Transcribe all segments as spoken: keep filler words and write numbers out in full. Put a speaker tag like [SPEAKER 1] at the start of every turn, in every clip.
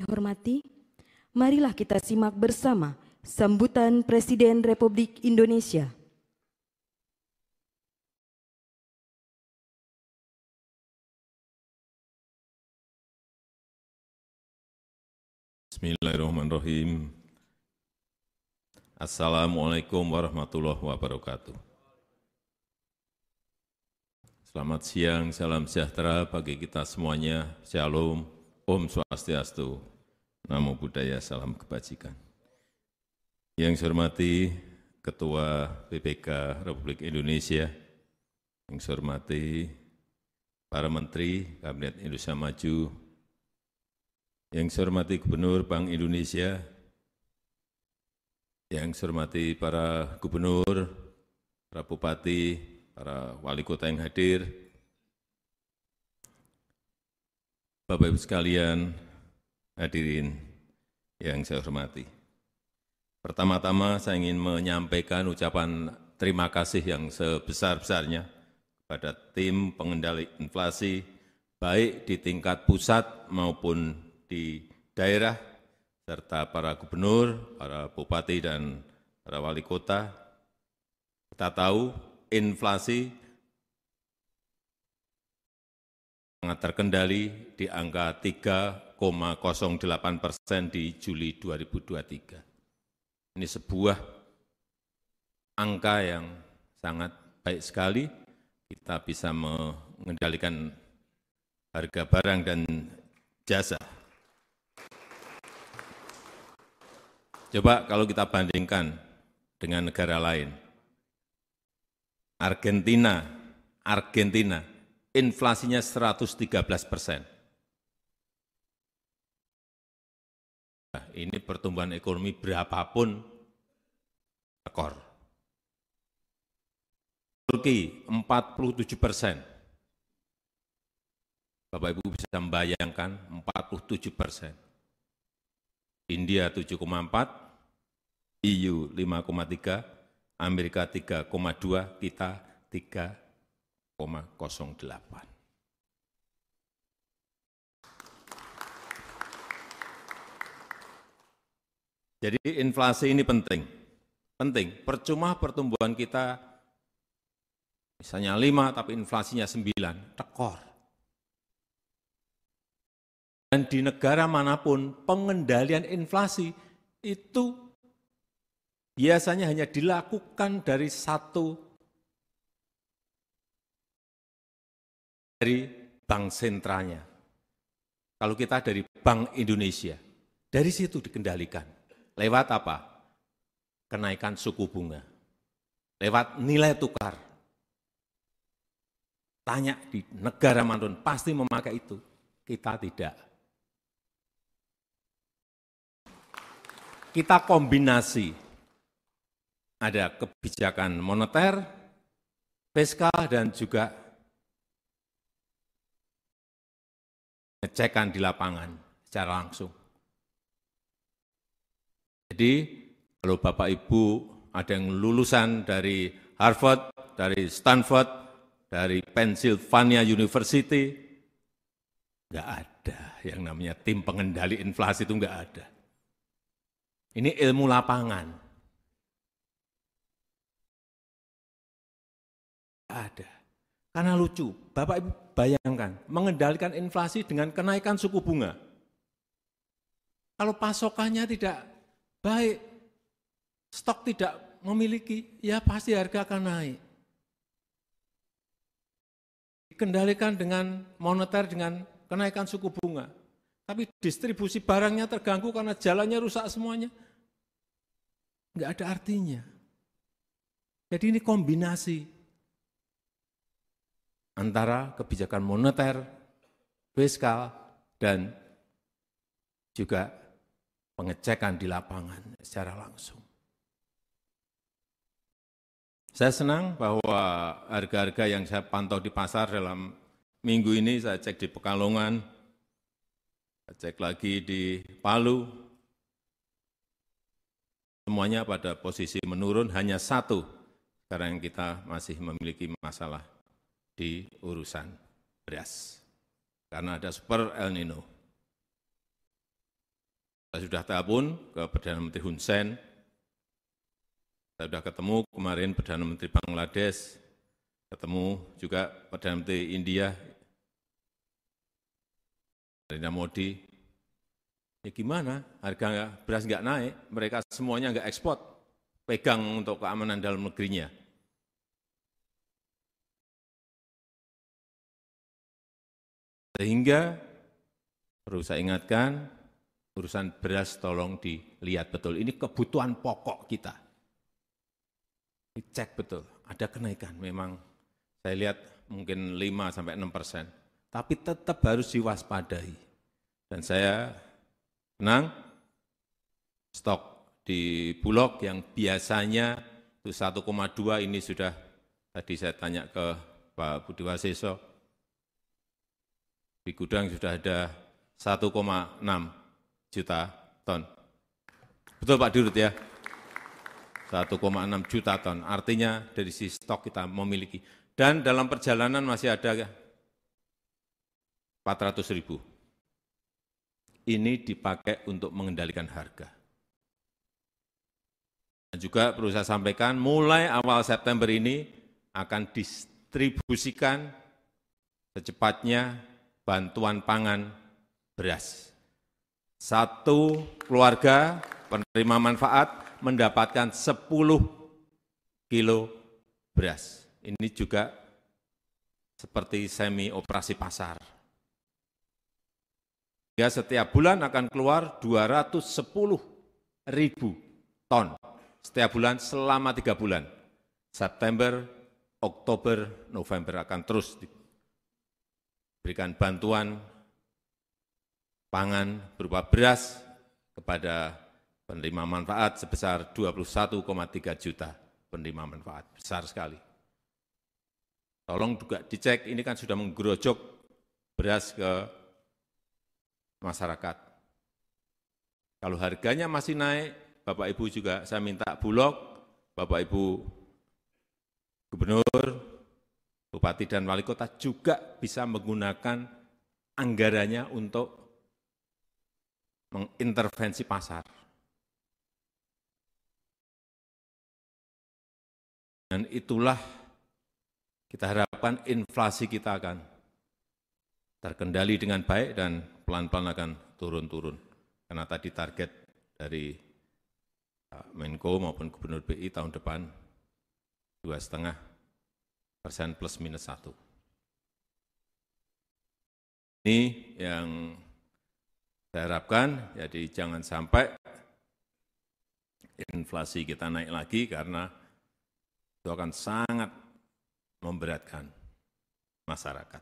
[SPEAKER 1] Hormati, marilah kita simak bersama sambutan Presiden Republik Indonesia.
[SPEAKER 2] Bismillahirrahmanirrahim. Assalamualaikum warahmatullahi wabarakatuh. Selamat siang, salam sejahtera bagi kita semuanya. Shalom, Om Swastiastu, Namo Buddhaya, salam kebajikan. Yang saya hormati Ketua B P K Republik Indonesia, yang saya hormati para Menteri Kabinet Indonesia Maju, yang saya hormati Gubernur Bank Indonesia, yang saya hormati para gubernur, para bupati, para wali kota yang hadir, Bapak Ibu sekalian, hadirin yang saya hormati. Pertama-tama saya ingin menyampaikan ucapan terima kasih yang sebesar-besarnya kepada tim pengendali inflasi, baik di tingkat pusat maupun di daerah, serta para gubernur, para bupati, dan para wali kota. Kita tahu inflasi sangat terkendali di angka tiga koma nol delapan persen di Juli dua ribu dua puluh tiga. Ini sebuah angka yang sangat baik sekali. Kita bisa mengendalikan harga barang dan jasa. Coba kalau kita bandingkan dengan negara lain, Argentina, Argentina, inflasinya seratus tiga belas persen. Nah, ini pertumbuhan ekonomi berapapun rekor. Turki empat puluh tujuh persen. Bapak Ibu bisa membayangkan empat puluh tujuh persen. India tujuh koma empat, E U lima koma tiga, Amerika tiga koma dua, kita tiga koma nol delapan. Jadi inflasi ini penting, penting. Percuma pertumbuhan kita misalnya lima, tapi inflasinya sembilan, tekor. Dan di negara manapun pengendalian inflasi itu biasanya hanya dilakukan dari satu dari bank sentralnya. Kalau kita dari Bank Indonesia, dari situ dikendalikan. Lewat apa? Kenaikan suku bunga. Lewat nilai tukar. Tanya di negara manapun pasti memakai itu. Kita tidak. Kita kombinasi. Ada kebijakan moneter, fiskal, dan juga ngecekan di lapangan secara langsung. Jadi, kalau Bapak Ibu ada yang lulusan dari Harvard, dari Stanford, dari Pennsylvania University, nggak ada yang namanya tim pengendali inflasi, itu nggak ada. Ini ilmu lapangan. Ada. Karena lucu, Bapak Ibu bayangkan, mengendalikan inflasi dengan kenaikan suku bunga. Kalau pasokannya tidak baik, stok tidak memiliki, ya pasti harga akan naik. Dikendalikan dengan moneter, dengan kenaikan suku bunga. Tapi distribusi barangnya terganggu karena jalannya rusak semuanya. Enggak ada artinya. Jadi ini kombinasi antara kebijakan moneter, fiskal, dan juga pengecekan di lapangan secara langsung. Saya senang bahwa harga-harga yang saya pantau di pasar dalam minggu ini, saya cek di Pekalongan, saya cek lagi di Palu, semuanya pada posisi menurun, hanya satu sekarang yang kita masih memiliki masalah di urusan beras, karena ada super El Nino. Saya sudah telepon ke Perdana Menteri Hun Sen, saya sudah ketemu kemarin Perdana Menteri Bangladesh, ketemu juga Perdana Menteri India, Narendra Modi. Ya gimana, harga beras nggak naik, mereka semuanya nggak ekspor, pegang untuk keamanan dalam negerinya. Sehingga perlu saya ingatkan, urusan beras tolong dilihat betul. Ini kebutuhan pokok kita. Dicek betul, ada kenaikan memang. Saya lihat mungkin lima sampai enam persen. Tapi tetap harus diwaspadai. Dan saya senang, stok di Bulog yang biasanya itu satu koma dua ini sudah, tadi saya tanya ke Pak Budi Waseso, di gudang sudah ada satu koma enam juta ton. Betul Pak Dirut ya? satu koma enam juta ton, artinya dari sisi stok kita memiliki. Dan dalam perjalanan masih ada empat ratus ribu. Ini dipakai untuk mengendalikan harga. Dan juga perlu saya sampaikan, mulai awal September ini akan distribusikan secepatnya bantuan pangan beras. Satu keluarga penerima manfaat mendapatkan sepuluh kilo beras. Ini juga seperti semi operasi pasar. Ya, setiap bulan akan keluar dua ratus sepuluh ribu ton. Setiap bulan selama tiga bulan. September, Oktober, November akan terus diberikan bantuan pangan berupa beras kepada penerima manfaat sebesar dua puluh satu koma tiga juta penerima manfaat. Besar sekali. Tolong juga dicek, ini kan sudah menggerojok beras ke masyarakat. Kalau harganya masih naik, Bapak Ibu juga saya minta Bulog, Bapak Ibu Gubernur, Bupati dan Wali Kota juga bisa menggunakan anggarannya untuk mengintervensi pasar. Dan itulah kita harapkan inflasi kita akan terkendali dengan baik dan pelan-pelan akan turun-turun. Karena tadi target dari Menko maupun Gubernur B I tahun depan dua koma lima persen plus minus satu. Ini yang saya harapkan, jadi jangan sampai inflasi kita naik lagi karena itu akan sangat memberatkan masyarakat.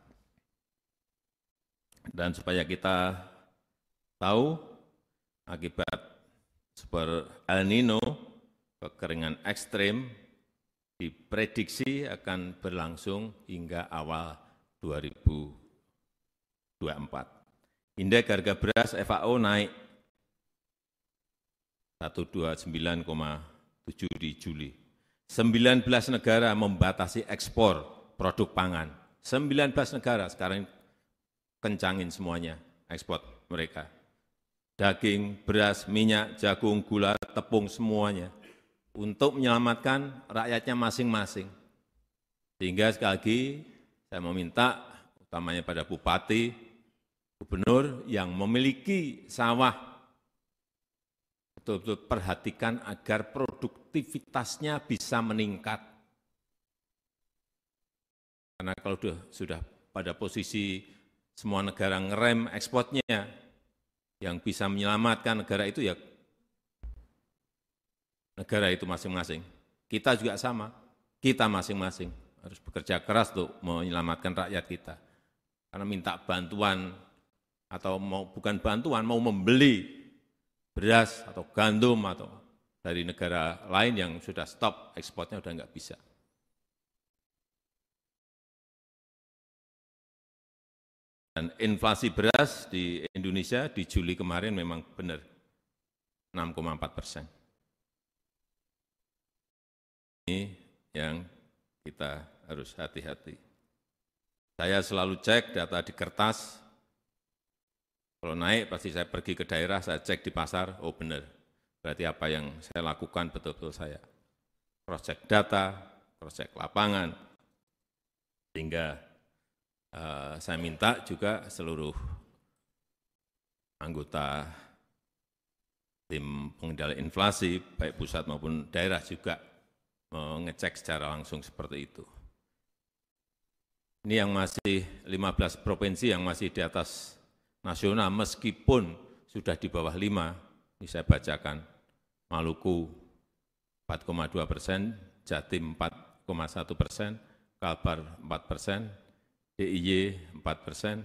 [SPEAKER 2] Dan supaya kita tahu akibat super El Nino, kekeringan ekstrim diprediksi akan berlangsung hingga awal dua ribu dua puluh empat. Indeks harga beras F A O naik seratus dua puluh sembilan koma tujuh di Juli. sembilan belas negara membatasi ekspor produk pangan. sembilan belas negara sekarang kencangin semuanya ekspor mereka. Daging, beras, minyak, jagung, gula, tepung, semuanya. Untuk menyelamatkan rakyatnya masing-masing. Sehingga sekali lagi saya meminta, utamanya pada bupati, gubernur yang memiliki sawah, betul-betul perhatikan agar produktivitasnya bisa meningkat. Karena kalau sudah, sudah pada posisi semua negara ngerem ekspornya, yang bisa menyelamatkan negara itu ya negara itu masing-masing. Kita juga sama, kita masing-masing harus bekerja keras untuk menyelamatkan rakyat kita. Karena minta bantuan atau mau bukan bantuan, mau membeli beras atau gandum atau dari negara lain yang sudah stop ekspornya sudah nggak bisa. Dan inflasi beras di Indonesia di Juli kemarin memang benar, enam koma empat persen. Ini yang kita harus hati-hati. Saya selalu cek data di kertas, Kalau naik pasti saya pergi ke daerah, saya cek di pasar, oh benar. Berarti apa yang saya lakukan betul-betul saya cross check data, cross check lapangan. Sehingga uh, saya minta juga seluruh anggota tim pengendali inflasi, baik pusat maupun daerah juga mengecek secara langsung seperti itu. Ini yang masih lima belas provinsi yang masih di atas nasional, meskipun sudah di bawah lima, ini saya bacakan, Maluku empat koma dua persen, Jatim empat koma satu persen, Kalbar empat persen, D I Y empat persen,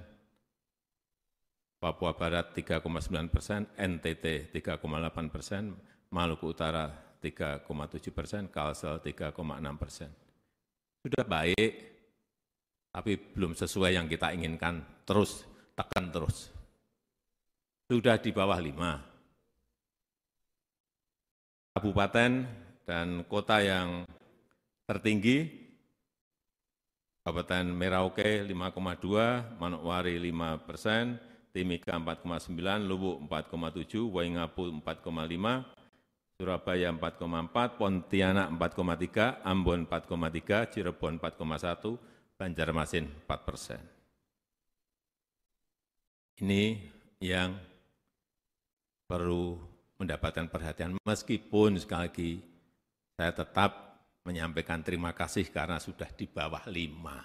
[SPEAKER 2] Papua Barat tiga koma sembilan persen, N T T tiga koma delapan persen, Maluku Utara tiga koma tujuh persen, Kalsel tiga koma enam persen. Sudah baik, tapi belum sesuai yang kita inginkan, terus tekan terus. Sudah di bawah lima. Kabupaten dan kota yang tertinggi, Kabupaten Merauke lima koma dua, Manokwari lima persen, Timika empat koma sembilan, Luwuk empat koma tujuh, Waingapu empat koma lima, Surabaya empat koma empat, Pontianak empat koma tiga, Ambon empat koma tiga, Cirebon empat koma satu, Banjarmasin empat persen. Ini yang perlu mendapatkan perhatian, meskipun sekali lagi saya tetap menyampaikan terima kasih karena sudah di bawah lima.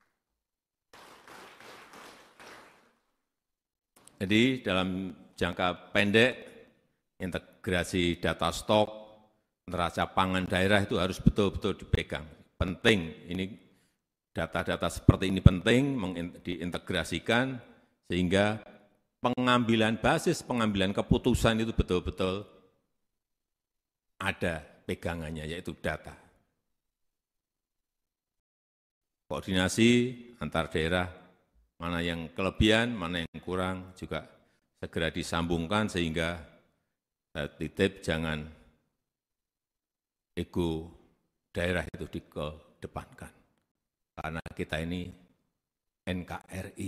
[SPEAKER 2] Jadi dalam jangka pendek, integrasi data stok, neraca pangan daerah itu harus betul-betul dipegang. Penting, ini data-data seperti ini penting diintegrasikan sehingga pengambilan basis, pengambilan keputusan itu betul-betul ada pegangannya, yaitu data. Koordinasi antar daerah, mana yang kelebihan, mana yang kurang, juga segera disambungkan sehingga saya titip jangan ego daerah itu dikedepankan. Karena kita ini N K R I.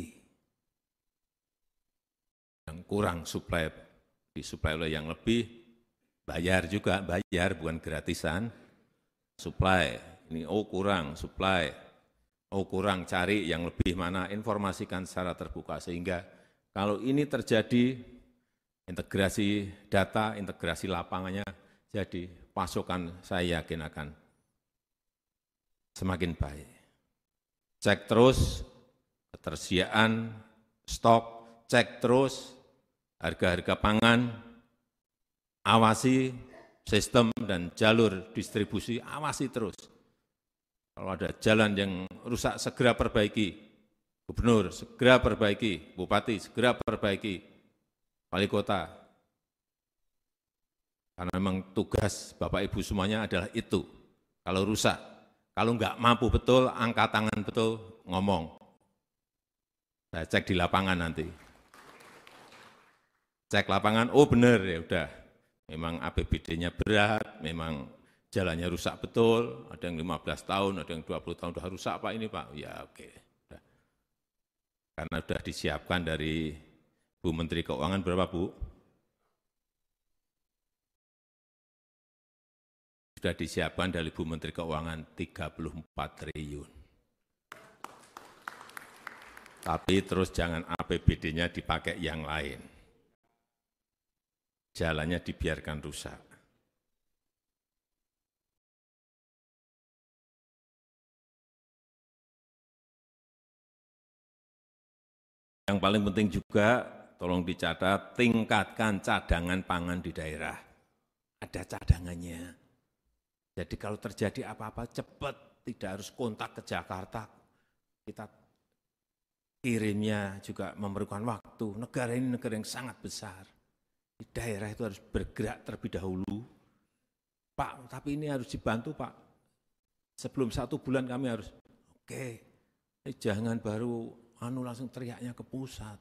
[SPEAKER 2] Yang kurang suplai, disuplai oleh yang lebih, bayar juga, bayar bukan gratisan. Suplai, ini oh kurang, suplai, oh kurang, cari yang lebih mana, informasikan secara terbuka. Sehingga kalau ini terjadi, integrasi data, integrasi lapangannya, jadi pasokan saya yakin akan semakin baik. Cek terus ketersediaan stok, cek terus harga-harga pangan, awasi sistem dan jalur distribusi, awasi terus. Kalau ada jalan yang rusak, segera perbaiki. Gubernur, segera perbaiki. Bupati, segera perbaiki. Wali kota. Karena memang tugas Bapak Ibu semuanya adalah itu. Kalau rusak, kalau enggak mampu betul, angkat tangan betul, ngomong. Saya cek di lapangan nanti. Cek lapangan, oh benar, ya udah. Memang A P B D-nya berat, memang jalannya rusak betul, ada yang lima belas tahun, ada yang dua puluh tahun, sudah rusak Pak ini Pak. Ya oke. Udah. Karena sudah disiapkan dari Bu Menteri Keuangan berapa Bu? Sudah disiapkan dari Bu Menteri Keuangan tiga puluh empat triliun. Tapi terus jangan A P B D-nya dipakai yang lain. Jalannya dibiarkan rusak. Yang paling penting juga, tolong dicatat, tingkatkan cadangan pangan di daerah. Ada cadangannya. Jadi kalau terjadi apa-apa cepat, tidak harus kontak ke Jakarta. Kita kirimnya juga memerlukan waktu. Negara ini negara yang sangat besar. Di daerah itu harus bergerak terlebih dahulu. Pak, tapi ini harus dibantu Pak. Sebelum satu bulan kami harus, oke, eh, jangan baru anu langsung teriaknya ke pusat.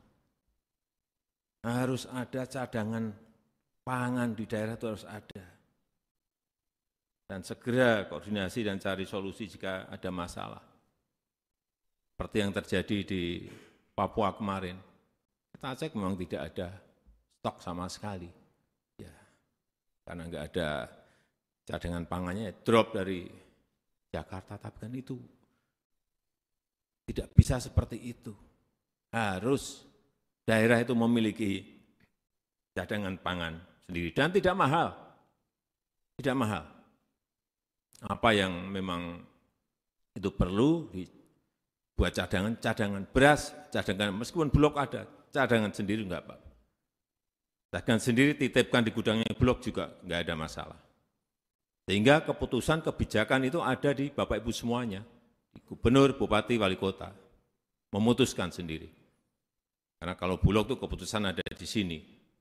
[SPEAKER 2] Harus ada cadangan pangan di daerah itu harus ada. Dan segera koordinasi dan cari solusi jika ada masalah. Seperti yang terjadi di Papua kemarin. Kita kita cek memang tidak ada stok sama sekali. Ya, karena nggak ada cadangan pangannya, drop dari Jakarta, tapi kan itu tidak bisa seperti itu. Harus daerah itu memiliki cadangan pangan sendiri dan tidak mahal. Tidak mahal. Apa yang memang itu perlu buat cadangan, cadangan beras, cadangan meskipun Bulog ada, cadangan sendiri enggak apa-apa. Cadangan sendiri titipkan di gudangnya Bulog juga enggak ada masalah. Sehingga keputusan kebijakan itu ada di Bapak Ibu semuanya, di Gubernur, Bupati, Wali Kota, memutuskan sendiri. Karena kalau Bulog itu keputusan ada di sini.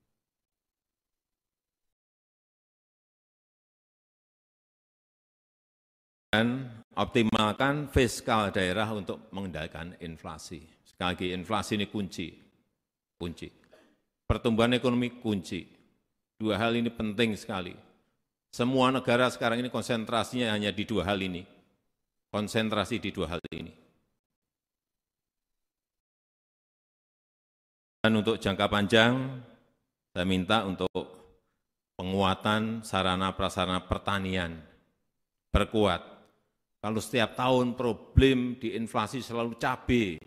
[SPEAKER 2] Dan optimalkan fiskal daerah untuk mengendalikan inflasi. Sekali lagi, inflasi ini kunci. Kunci. Pertumbuhan ekonomi kunci. Dua hal ini penting sekali. Semua negara sekarang ini konsentrasinya hanya di dua hal ini. Konsentrasi di dua hal ini. Dan untuk jangka panjang, saya minta untuk penguatan sarana prasarana pertanian. Perkuat. Kalau setiap tahun problem di inflasi selalu cabai,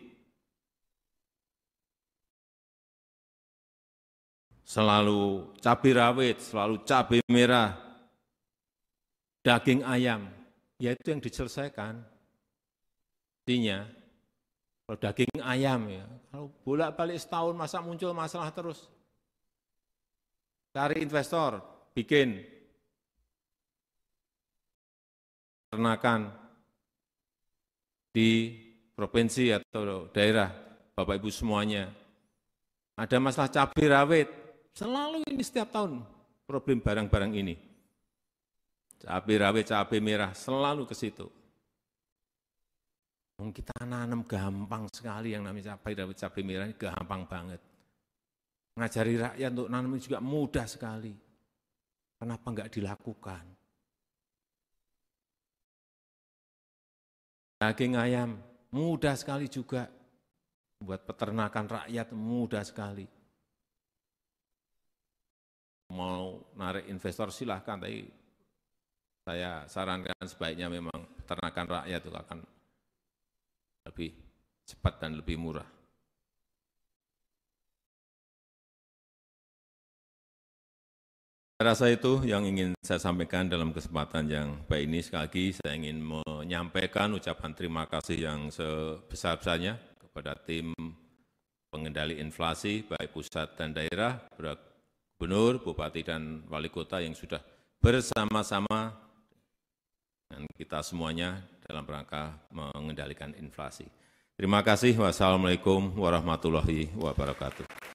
[SPEAKER 2] selalu cabai rawit, selalu cabai merah, daging ayam, ya itu yang diselesaikan. Artinya, kalau daging ayam ya, kalau bolak-balik setahun masa muncul masalah terus. Cari investor, bikin ternakan di provinsi atau daerah, Bapak Ibu semuanya, ada masalah cabai rawit, selalu ini setiap tahun problem barang-barang ini. Cabai rawit, cabai merah, selalu ke situ. Kita nanam gampang sekali yang namanya cabai rawit, cabai merah ini gampang banget. Ngajari rakyat untuk nanam juga mudah sekali. Kenapa enggak dilakukan? Daging ayam, mudah sekali juga. Buat peternakan rakyat, mudah sekali. Mau narik investor silahkan, tapi saya sarankan sebaiknya memang peternakan rakyat itu akan lebih cepat dan lebih murah. Saya rasa itu yang ingin saya sampaikan dalam kesempatan yang baik ini. Sekali lagi saya ingin menyampaikan ucapan terima kasih yang sebesar-besarnya kepada tim pengendali inflasi, baik pusat dan daerah, Gubernur, Bupati, dan Wali Kota yang sudah bersama-sama dengan kita semuanya dalam rangka mengendalikan inflasi. Terima kasih. Wassalamualaikum warahmatullahi wabarakatuh.